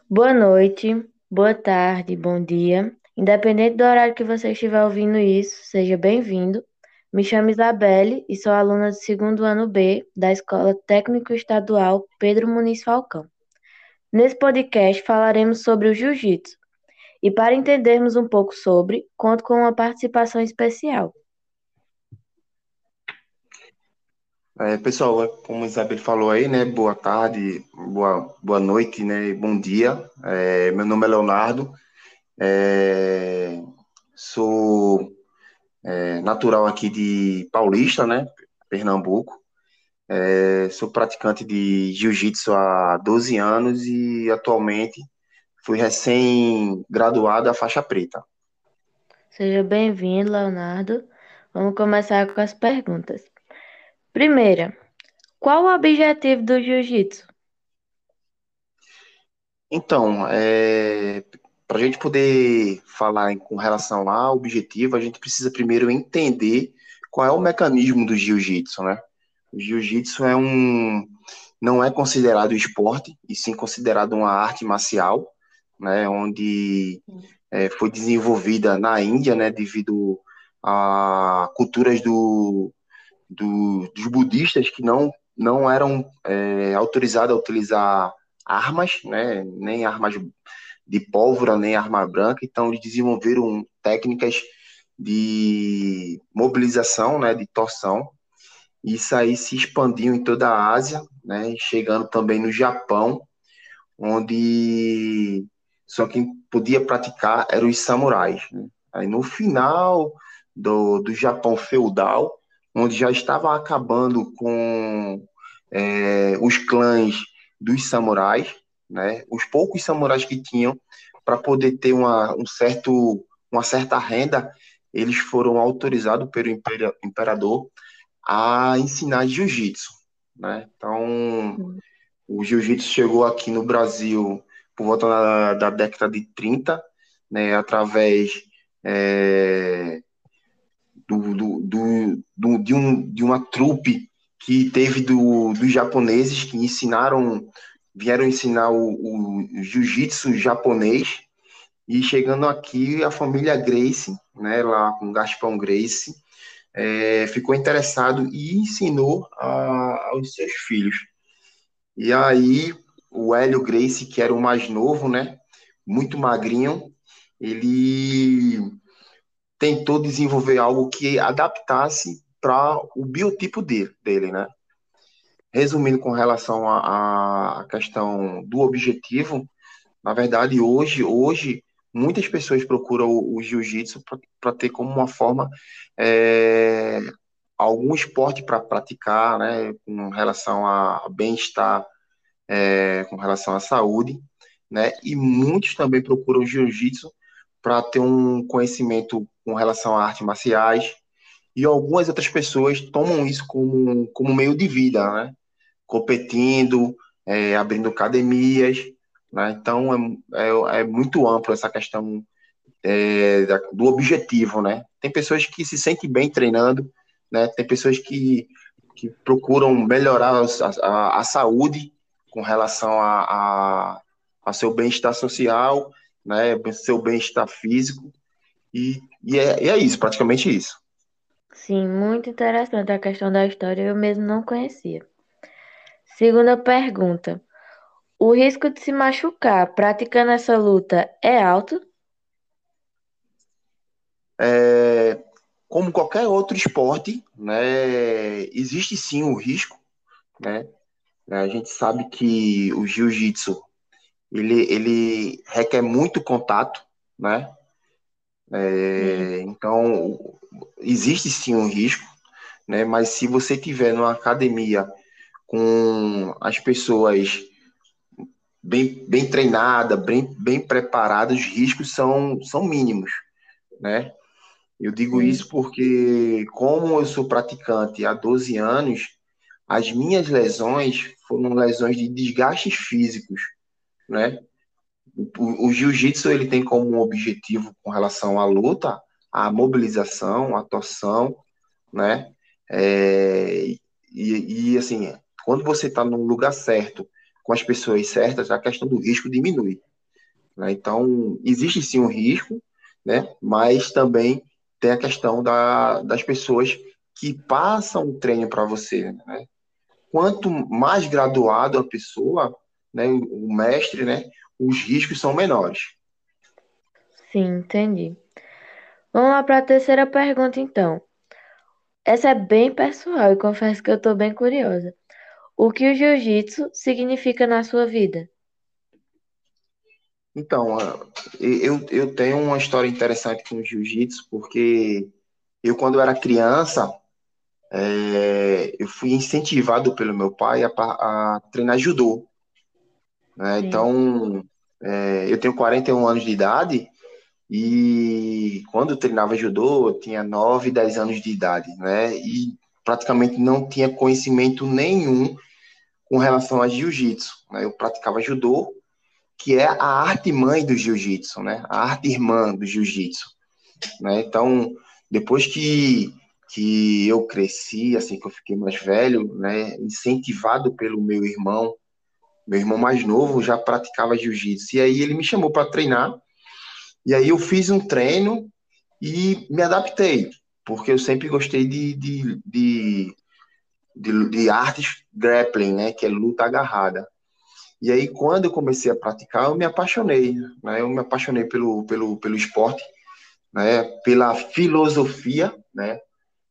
Boa noite, boa tarde, bom dia. Independente do horário que você estiver ouvindo isso, seja bem-vindo. Me chamo Isabelle e sou aluna do segundo ano B da Escola Técnico Estadual Pedro Muniz Falcão. Nesse podcast falaremos sobre o jiu-jitsu e para entendermos um pouco sobre, conto com uma participação especial. Pessoal, como a Isabel falou aí, né? Boa tarde, boa noite, né? Bom dia. Meu nome é Leonardo, é, sou natural aqui de Paulista, né? Pernambuco. Sou praticante de jiu-jitsu há 12 anos e atualmente fui recém-graduado à faixa preta. Seja bem-vindo, Leonardo. Vamos começar com as perguntas. Primeira, qual o objetivo do jiu-jitsu? Então, para a gente poder falar com relação ao objetivo, a gente precisa primeiro entender qual é o mecanismo do jiu-jitsu, né? O jiu-jitsu não é considerado esporte, e sim considerado uma arte marcial, né? Onde foi desenvolvida na Índia, né? Devido a culturas dos budistas que não eram autorizados a utilizar armas, né? Nem armas de pólvora, nem arma branca, então eles desenvolveram técnicas de mobilização, né, de torção. Isso aí se expandiu em toda a Ásia, né, chegando também no Japão, onde só quem podia praticar eram os samurais, né? Aí no final do Japão feudal, onde já estava acabando com os clãs dos samurais, né? Os poucos samurais que tinham para poder ter uma certa renda, eles foram autorizados pelo imperador a ensinar jiu-jitsu, né? Então, o jiu-jitsu chegou aqui no Brasil por volta da década de 30, né? Através é, de uma trupe que teve dos japoneses que vieram ensinar o jiu-jitsu japonês. E chegando aqui, a família Gracie, né, lá com Gaspão Gracie, ficou interessado e ensinou aos seus filhos. E aí, o Hélio Gracie, que era o mais novo, né, muito magrinho, ele tentou desenvolver algo que adaptasse para o biotipo dele, né? Resumindo com relação à questão do objetivo, na verdade, hoje muitas pessoas procuram o jiu-jitsu para ter como uma forma, é, algum esporte para praticar, né, com relação a bem-estar, com relação à saúde, né, e muitos também procuram o jiu-jitsu para ter um conhecimento com relação a artes marciais, e algumas outras pessoas tomam isso como meio de vida, né, competindo, abrindo academias, né, então é muito amplo essa questão do objetivo, né? Tem pessoas que se sentem bem treinando, né? Tem pessoas que procuram melhorar a saúde com relação a seu bem-estar social, né? Seu bem-estar físico, e é isso, praticamente isso. Sim, muito interessante a questão da história, eu mesmo não conhecia. Segunda pergunta. O risco de se machucar praticando essa luta é alto? É, como qualquer outro esporte, né? Existe sim o risco, né? A gente sabe que o jiu-jitsu ele requer muito contato, né? Sim. Então, existe sim um risco, né? Mas se você tiver numa academia com as pessoas bem treinadas, bem preparadas, os riscos são mínimos, né? Eu digo Sim. isso porque, como eu sou praticante há 12 anos, as minhas lesões foram lesões de desgastes físicos, né? O jiu-jitsu ele tem como objetivo com relação à luta, a mobilização, a torção, né? É, assim, quando você está no lugar certo, com as pessoas certas, a questão do risco diminui. né? Então, existe sim um risco, né? Mas também tem a questão das pessoas que passam o treino para você, né? Quanto mais graduado a pessoa, né, o mestre, né, os riscos são menores. Sim, entendi. Vamos lá para a terceira pergunta, então. Essa é bem pessoal e confesso que eu estou bem curiosa. O que o jiu-jitsu significa na sua vida? Então, eu tenho uma história interessante com o jiu-jitsu, porque eu, quando era criança, eu fui incentivado pelo meu pai a treinar judô, né? Sim, Então, eu tenho 41 anos de idade e quando eu treinava judô, eu tinha 9, 10 anos de idade, né? E praticamente não tinha conhecimento nenhum com relação a jiu-jitsu, né? Eu praticava judô, que é a arte mãe do jiu-jitsu, né? A arte irmã do jiu-jitsu, né? Então, depois que eu cresci, assim que eu fiquei mais velho, né, incentivado pelo meu irmão mais novo já praticava jiu-jitsu, e aí ele me chamou para treinar, e aí eu fiz um treino e me adaptei, porque eu sempre gostei de artes grappling, né, que é luta agarrada. E aí, quando eu comecei a praticar, eu me apaixonei, né? Eu me apaixonei pelo esporte, né? Pela filosofia, né?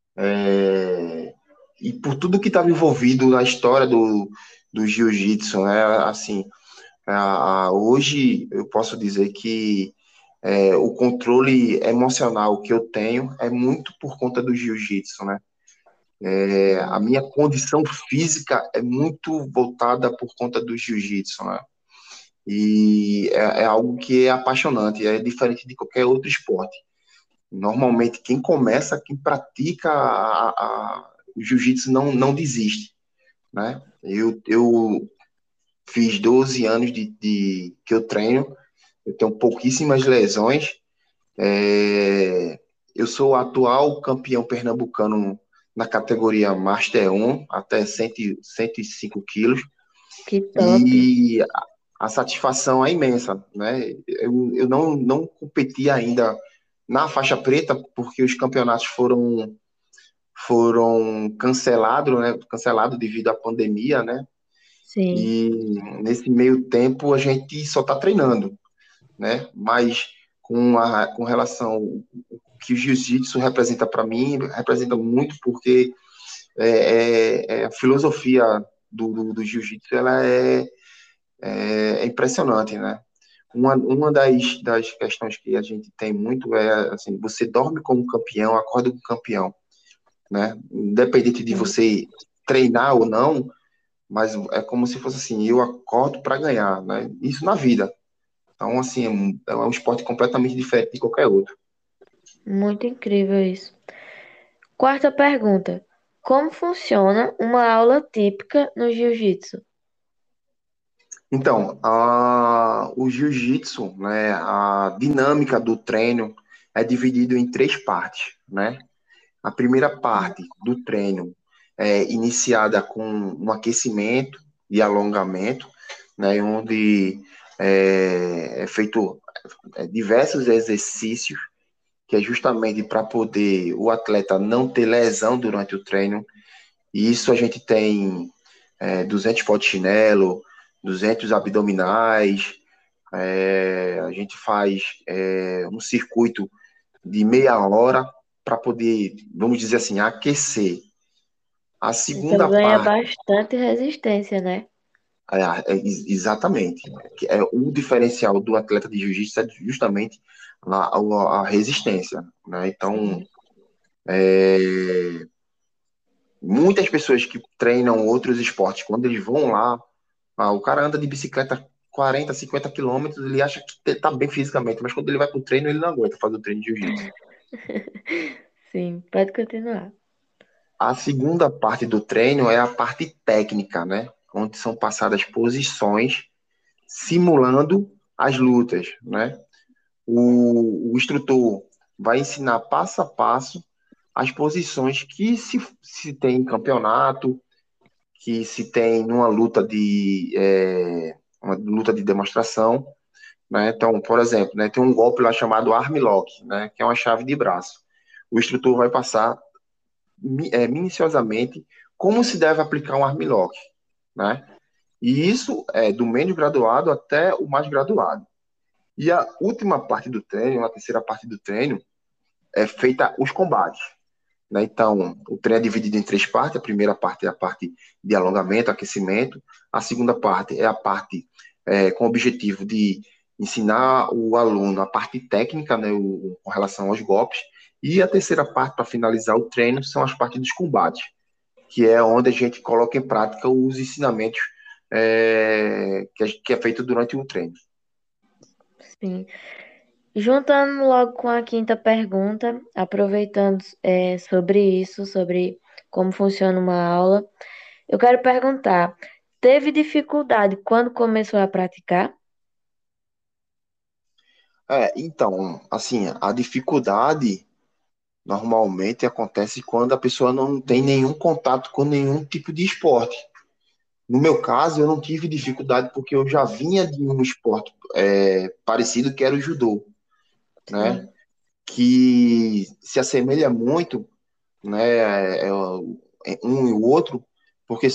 E por tudo que estava envolvido na história do jiu-jitsu, né? Assim, hoje eu posso dizer que o controle emocional que eu tenho é muito por conta do jiu-jitsu, né? A minha condição física é muito voltada por conta do jiu-jitsu, né? E é algo que é apaixonante, é diferente de qualquer outro esporte. Normalmente, quem começa, quem pratica o jiu-jitsu não desiste, né? Eu fiz 12 anos que eu treino, eu tenho pouquíssimas lesões. Eu sou o atual campeão pernambucano na categoria Master 1, até 100, 105 quilos, que top. e a satisfação é imensa, né? Eu não competi ainda na faixa preta, porque os campeonatos foram cancelados, né? Cancelados devido à pandemia, né? Sim, E nesse meio tempo a gente só está treinando, né? Mas com relação ao que o jiu-jitsu representa para mim, representa muito porque a filosofia do jiu-jitsu ela é impressionante, né? Uma das questões que a gente tem muito é assim, você dorme como campeão, acorda como campeão, né? Independente de sim. você treinar ou não, mas é como se fosse assim, eu acordo para ganhar, né? Isso na vida. Então, assim, é um esporte completamente diferente de qualquer outro. Muito incrível isso. Quarta pergunta. Como funciona uma aula típica no jiu-jitsu? Então, o jiu-jitsu, né, a dinâmica do treino é dividido em três partes, né? A primeira parte do treino é iniciada com um aquecimento e alongamento, né, onde é feito diversos exercícios, que é justamente para poder o atleta não ter lesão durante o treino. E isso a gente tem 200 polichinelo, 200 abdominais, a gente faz um circuito de meia hora para poder, vamos dizer assim, aquecer. A Então segunda ganha parte, bastante resistência, né? exatamente, que é o diferencial do atleta de jiu-jitsu é justamente a resistência, né? Então, Sim. muitas pessoas que treinam outros esportes, quando eles vão lá, o cara anda de bicicleta 40, 50 quilômetros, ele acha que tá bem fisicamente, mas quando ele vai pro treino, ele não aguenta fazer o treino de jiu-jitsu. Sim, pode continuar. A segunda parte do treino é a parte técnica, né? Onde são passadas posições simulando as lutas, né? O instrutor vai ensinar passo a passo as posições que se tem em campeonato, que se tem numa luta uma luta de demonstração, né? Então, por exemplo, né, tem um golpe lá chamado arm lock, né, que é uma chave de braço. O instrutor vai passar minuciosamente como se deve aplicar um arm lock, né? E isso é do menos graduado até o mais graduado. E a última parte do treino, a terceira parte do treino, é feita os combates, né? Então, o treino é dividido em três partes. A primeira parte é a parte de alongamento, aquecimento. A segunda parte é a parte com o objetivo de ensinar o aluno a parte técnica, né, com relação aos golpes. E a terceira parte, para finalizar o treino, são as partes dos combates, que é onde a gente coloca em prática os ensinamentos que é feito durante o treino. Sim. Juntando logo com a quinta pergunta, aproveitando sobre isso, sobre como funciona uma aula, eu quero perguntar: teve dificuldade quando começou a praticar? Então, assim, a dificuldade normalmente acontece quando a pessoa não tem nenhum contato com nenhum tipo de esporte. No meu caso, eu não tive dificuldade porque eu já vinha de um esporte parecido, que era o judô, né? Sim, Que se assemelha muito, né, um e o outro, porque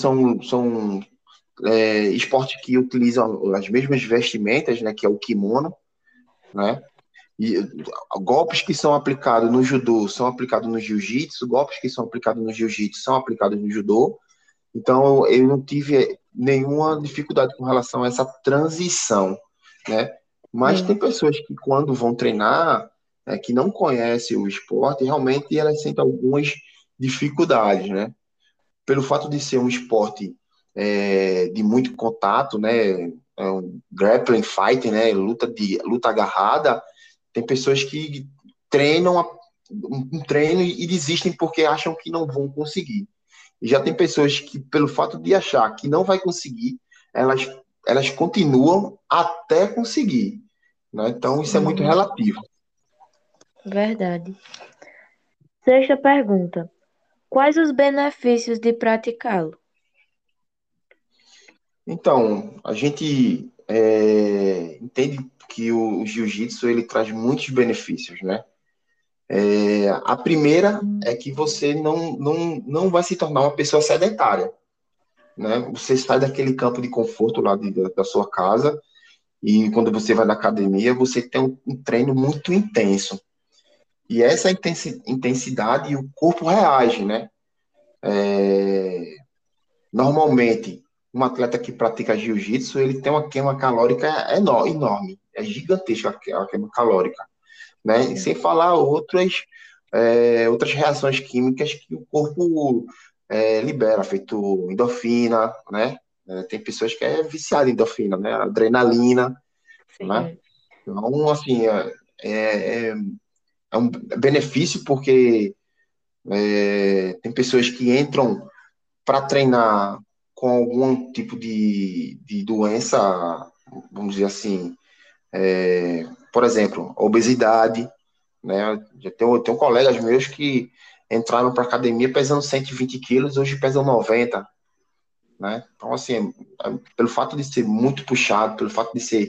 são esportes que utilizam as mesmas vestimentas, né, que é o kimono, né? E golpes que são aplicados no judô são aplicados no jiu-jitsu, golpes que são aplicados no jiu-jitsu são aplicados no judô. Então, eu não tive nenhuma dificuldade com relação a essa transição, né? Mas tem sim, pessoas que, quando vão treinar, que não conhecem o esporte, realmente elas sentem algumas dificuldades, né? Pelo fato de ser um esporte de muito contato, né? Grappling fighting, né? Luta agarrada. Tem pessoas que treinam um treino e desistem porque acham que não vão conseguir. E já tem pessoas que, pelo fato de achar que não vai conseguir, elas, elas continuam até conseguir, né? Então, isso é muito uhum, relativo. verdade. Sexta pergunta: quais os benefícios de praticá-lo? Então, a gente entende que o jiu-jitsu ele traz muitos benefícios, né? A primeira é que você não vai se tornar uma pessoa sedentária, né? Você sai daquele campo de conforto lá da sua casa e quando você vai na academia, você tem um treino muito intenso. E essa intensidade o corpo reage, né? Normalmente, um atleta que pratica jiu-jitsu, ele tem uma queima calórica enorme, é gigantesca a queima calórica, né? E Sim, sem falar outras reações químicas que o corpo libera, feito endorfina, né? Tem pessoas que é viciada em endorfina, né? Adrenalina, né? sim, Então, assim, é, é é um benefício porque tem pessoas que entram para treinar com algum tipo de doença, vamos dizer assim, por exemplo, obesidade, né? Eu tenho colegas meus que entraram para academia pesando 120 quilos, hoje pesam 90, né? Então, assim, pelo fato de ser muito puxado, pelo fato de ser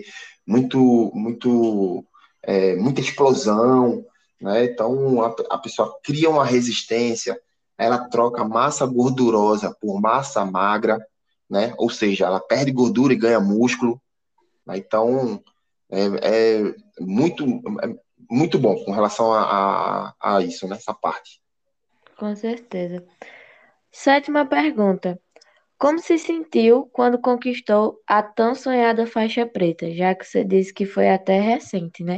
muita explosão, né? Então, a pessoa cria uma resistência, ela troca massa gordurosa por massa magra, né? Ou seja, ela perde gordura e ganha músculo, né? Então, é muito bom com relação a isso, né? Essa parte. com certeza. Sétima pergunta: como se sentiu quando conquistou a tão sonhada faixa preta, já que você disse que foi até recente, né?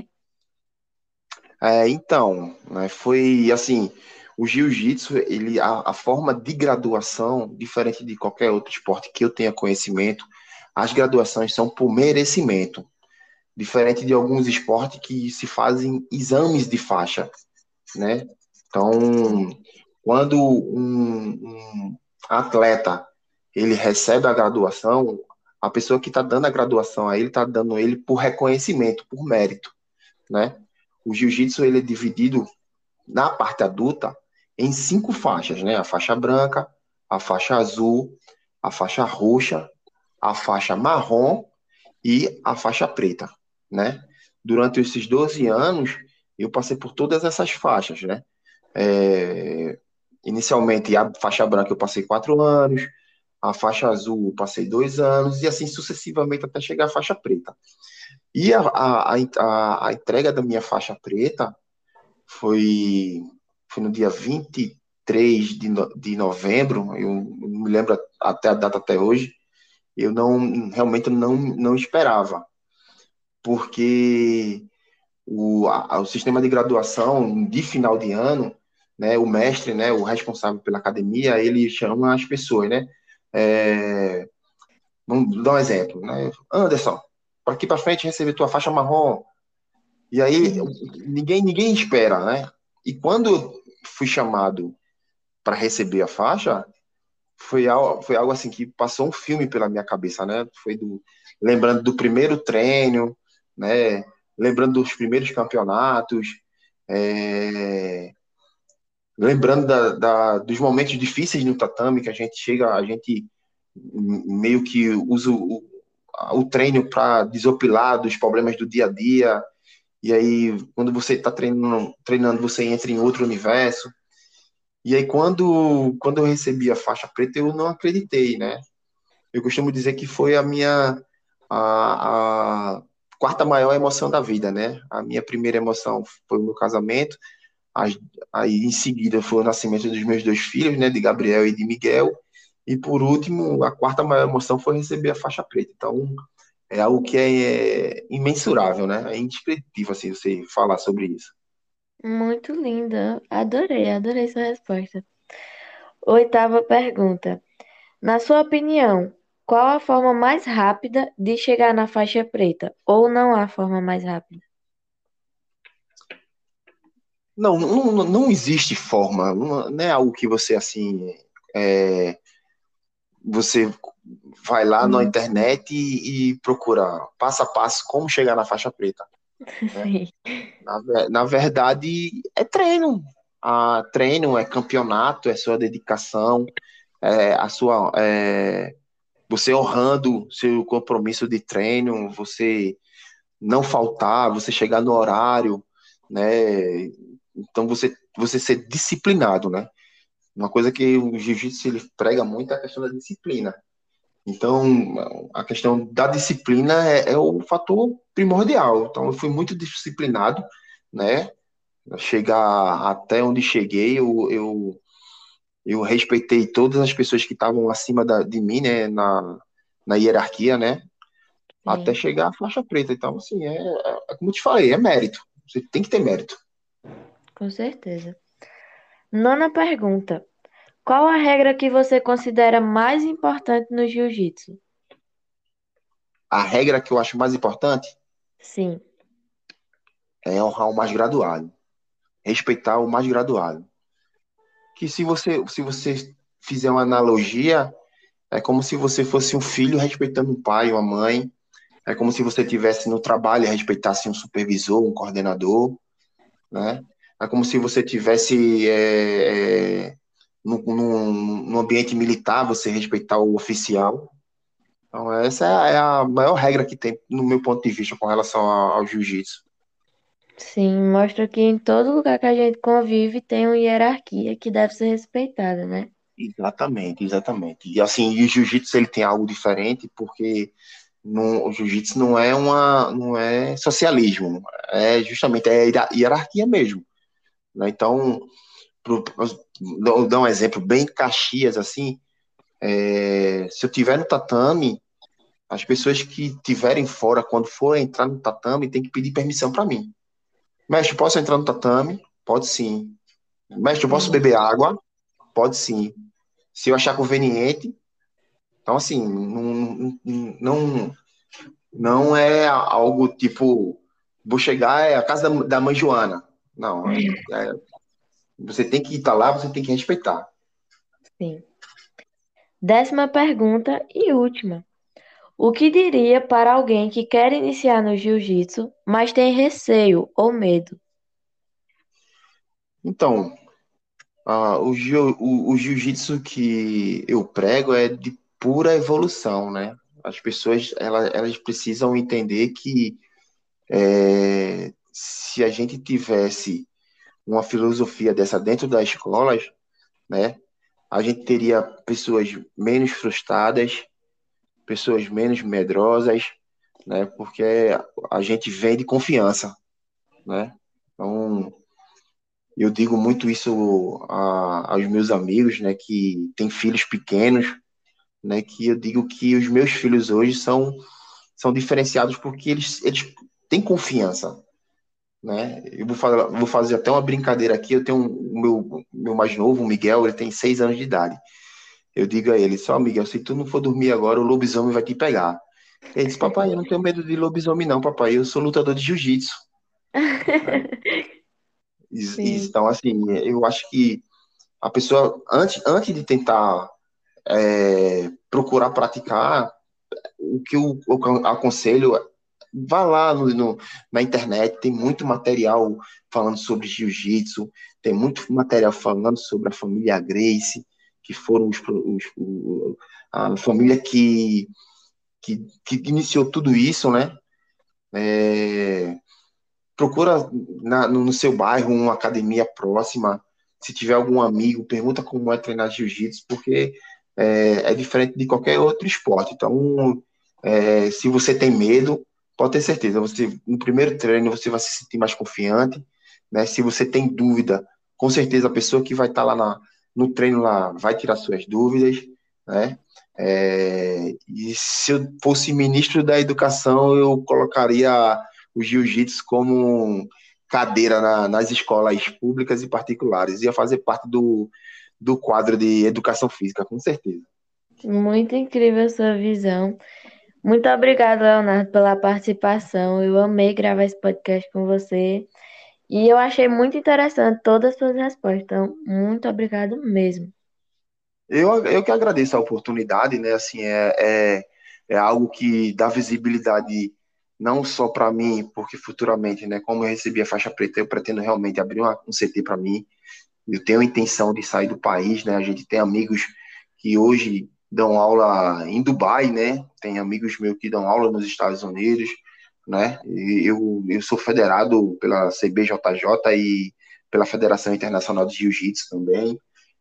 Então, né, foi assim, o jiu-jitsu, a forma de graduação, diferente de qualquer outro esporte que eu tenha conhecimento, as graduações são por merecimento, diferente de alguns esportes que se fazem exames de faixa, né? Então, quando um atleta ele recebe a graduação, a pessoa que está dando a graduação a ele está dando ele por reconhecimento, por mérito, né? O jiu-jitsu ele é dividido na parte adulta em cinco faixas, né? A faixa branca, a faixa azul, a faixa roxa, a faixa marrom e a faixa preta, né? Durante esses 12 anos, eu passei por todas essas faixas, né? É, inicialmente, a faixa branca eu passei 4 anos, a faixa azul eu passei 2 anos, e assim sucessivamente até chegar à faixa preta. E a entrega da minha faixa preta foi, foi no dia 23 de novembro, eu me lembro até a data até hoje, eu realmente não esperava, porque o sistema de graduação de final de ano, né, o mestre, né, o responsável pela academia, ele chama as pessoas, né? É, vamos dar um exemplo, né? Anderson, para aqui para frente receber tua faixa marrom. E aí Sim. ninguém espera, né? E quando eu fui chamado para receber a faixa, foi algo assim que passou um filme pela minha cabeça, né? Lembrando do primeiro treino, né? Lembrando dos primeiros campeonatos, é, lembrando dos momentos difíceis no tatame, que a gente meio que usa o treino para desopilar dos problemas do dia a dia, e aí quando você está treinando, você entra em outro universo. E aí quando eu recebi a faixa preta, eu não acreditei, né? Eu costumo dizer que foi a quarta maior emoção da vida, né? A minha primeira emoção foi o meu casamento, as- aí em seguida foi o nascimento dos meus dois filhos, né? De Gabriel e de Miguel, e por último, a quarta maior emoção foi receber a faixa preta. Então, é algo que é imensurável, né? É indescritível, assim, você falar sobre isso. Muito linda. Adorei, adorei sua resposta. Oitava pergunta. Na sua opinião, qual a forma mais rápida de chegar na faixa preta? Ou não há forma mais rápida? Não existe forma, não é algo que você, assim, é, você vai lá na internet e procura passo a passo como chegar na faixa preta, né? Sim, Na verdade, é treino. Treino é campeonato, é sua dedicação, você honrando seu compromisso de treino, você não faltar, você chegar no horário, né? Então você ser disciplinado, né? Uma coisa que o jiu-jitsu ele prega muito é a questão da disciplina. Então, a questão da disciplina é o fator primordial. Então, eu fui muito disciplinado, né? Chegar até onde cheguei, eu respeitei todas as pessoas que estavam acima de mim, né? Na hierarquia, né? Até sim, chegar à faixa preta. Então, assim, como eu te falei, é mérito. Você tem que ter mérito. com certeza. Nona pergunta. Qual a regra que você considera mais importante no jiu-jitsu? A regra que eu acho mais importante Sim, é honrar o mais graduado, respeitar o mais graduado. Que se você fizer uma analogia, é como se você fosse um filho respeitando um pai, uma mãe. É como se você tivesse no trabalho e respeitasse um supervisor, um coordenador, né? É como se você tivesse no ambiente militar, você respeitar o oficial. Então, essa é a maior regra que tem, no meu ponto de vista, com relação ao jiu-jitsu. sim, mostra que em todo lugar que a gente convive tem uma hierarquia que deve ser respeitada, né? Exatamente, exatamente. E assim, e o jiu-jitsu ele tem algo diferente, porque o jiu-jitsu não é socialismo, é justamente hierarquia mesmo, né? Então, vou dar um exemplo bem Caxias, assim, se eu tiver no tatame, as pessoas que tiverem fora, quando for entrar no tatame, tem que pedir permissão para mim. Mestre, posso entrar no tatame? Pode sim. Mestre, eu posso Sim, beber água? Pode sim. Se eu achar conveniente. Então, assim, não é algo tipo, vou chegar, é a casa da mãe Joana. Não, você tem que estar lá, você tem que respeitar. sim. Décima pergunta e última. O que diria para alguém que quer iniciar no jiu-jitsu, mas tem receio ou medo? Então, o jiu-jitsu que eu prego é de pura evolução, né? As pessoas, elas precisam entender que Se a gente tivesse uma filosofia dessa dentro das escolas, né, a gente teria pessoas menos frustradas, pessoas menos medrosas, né, porque a gente vem de confiança, né? Então, eu digo muito isso aos meus amigos, né, que têm filhos pequenos, né, que eu digo que os meus filhos hoje são diferenciados porque eles têm confiança, né? Vou fazer até uma brincadeira aqui. Eu tenho o meu mais novo, o Miguel, ele tem 6 anos de idade. Eu digo a ele, só Miguel, se tu não for dormir agora, o lobisomem vai te pegar. Ele disse, papai, eu não tenho medo de lobisomem não, papai, eu sou lutador de jiu-jitsu, né? Sim, Então, assim, eu acho que a pessoa, antes de tentar procurar praticar, o que eu aconselho, vá lá na internet, tem muito material falando sobre jiu-jitsu, tem muito material falando sobre a família Gracie, que foram a família que iniciou tudo isso, né? É, procura no seu bairro uma academia próxima. Se tiver algum amigo, pergunta como é treinar jiu-jitsu, porque é diferente de qualquer outro esporte. Então, se você tem medo, pode ter certeza, você no primeiro treino você vai se sentir mais confiante, né? Se você tem dúvida, com certeza a pessoa que vai estar lá no treino lá vai tirar suas dúvidas, né? E se eu fosse ministro da educação, eu colocaria o jiu-jitsu como cadeira nas escolas públicas e particulares. Ia fazer parte do quadro de educação física, com certeza. muito incrível a sua visão. Muito obrigada, Leonardo, pela participação. Eu amei gravar esse podcast com você. E eu achei muito interessante todas as suas respostas. Então, muito obrigado mesmo. Eu que agradeço a oportunidade, né? Assim, é algo que dá visibilidade não só para mim, porque futuramente, né? Como eu recebi a faixa preta, eu pretendo realmente abrir um CT para mim. Eu tenho a intenção de sair do país, né? A gente tem amigos que hoje dão aula em Dubai, né? Tem amigos meus que dão aula nos Estados Unidos, né? E eu sou federado pela CBJJ e pela Federação Internacional de Jiu-Jitsu também.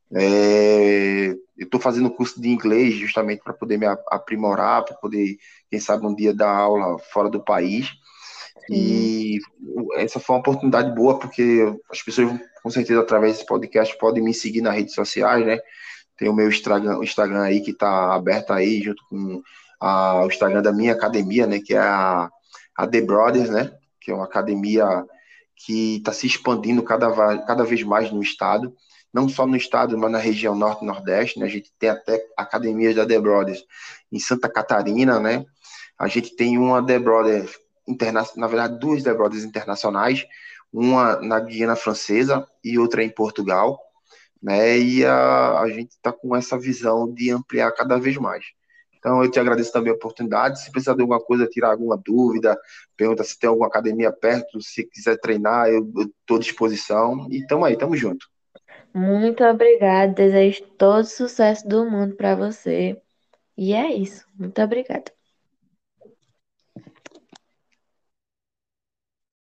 Eu estou fazendo curso de inglês justamente para poder me aprimorar, para poder, quem sabe, um dia dar aula fora do país. Sim, E essa foi uma oportunidade boa, porque as pessoas, com certeza, através desse podcast, podem me seguir nas redes sociais, né? Tem o Instagram aí que está aberto aí, junto com o Instagram da minha academia, né? Que é a The Brothers, né? Que é uma academia que está se expandindo cada vez mais no estado. Não só no estado, mas na região norte e nordeste, né? A gente tem até academias da The Brothers em Santa Catarina, né? A gente tem uma The Brothers na verdade, duas The Brothers internacionais, uma na Guiana Francesa e outra em Portugal, né? E a gente está com essa visão de ampliar cada vez mais. Então, eu te agradeço também a oportunidade. Se precisar de alguma coisa, tirar alguma dúvida, pergunta se tem alguma academia perto, se quiser treinar, eu estou à disposição. E tamo aí, tamo junto. muito obrigada. Desejo todo sucesso do mundo para você. E é isso. Muito obrigada.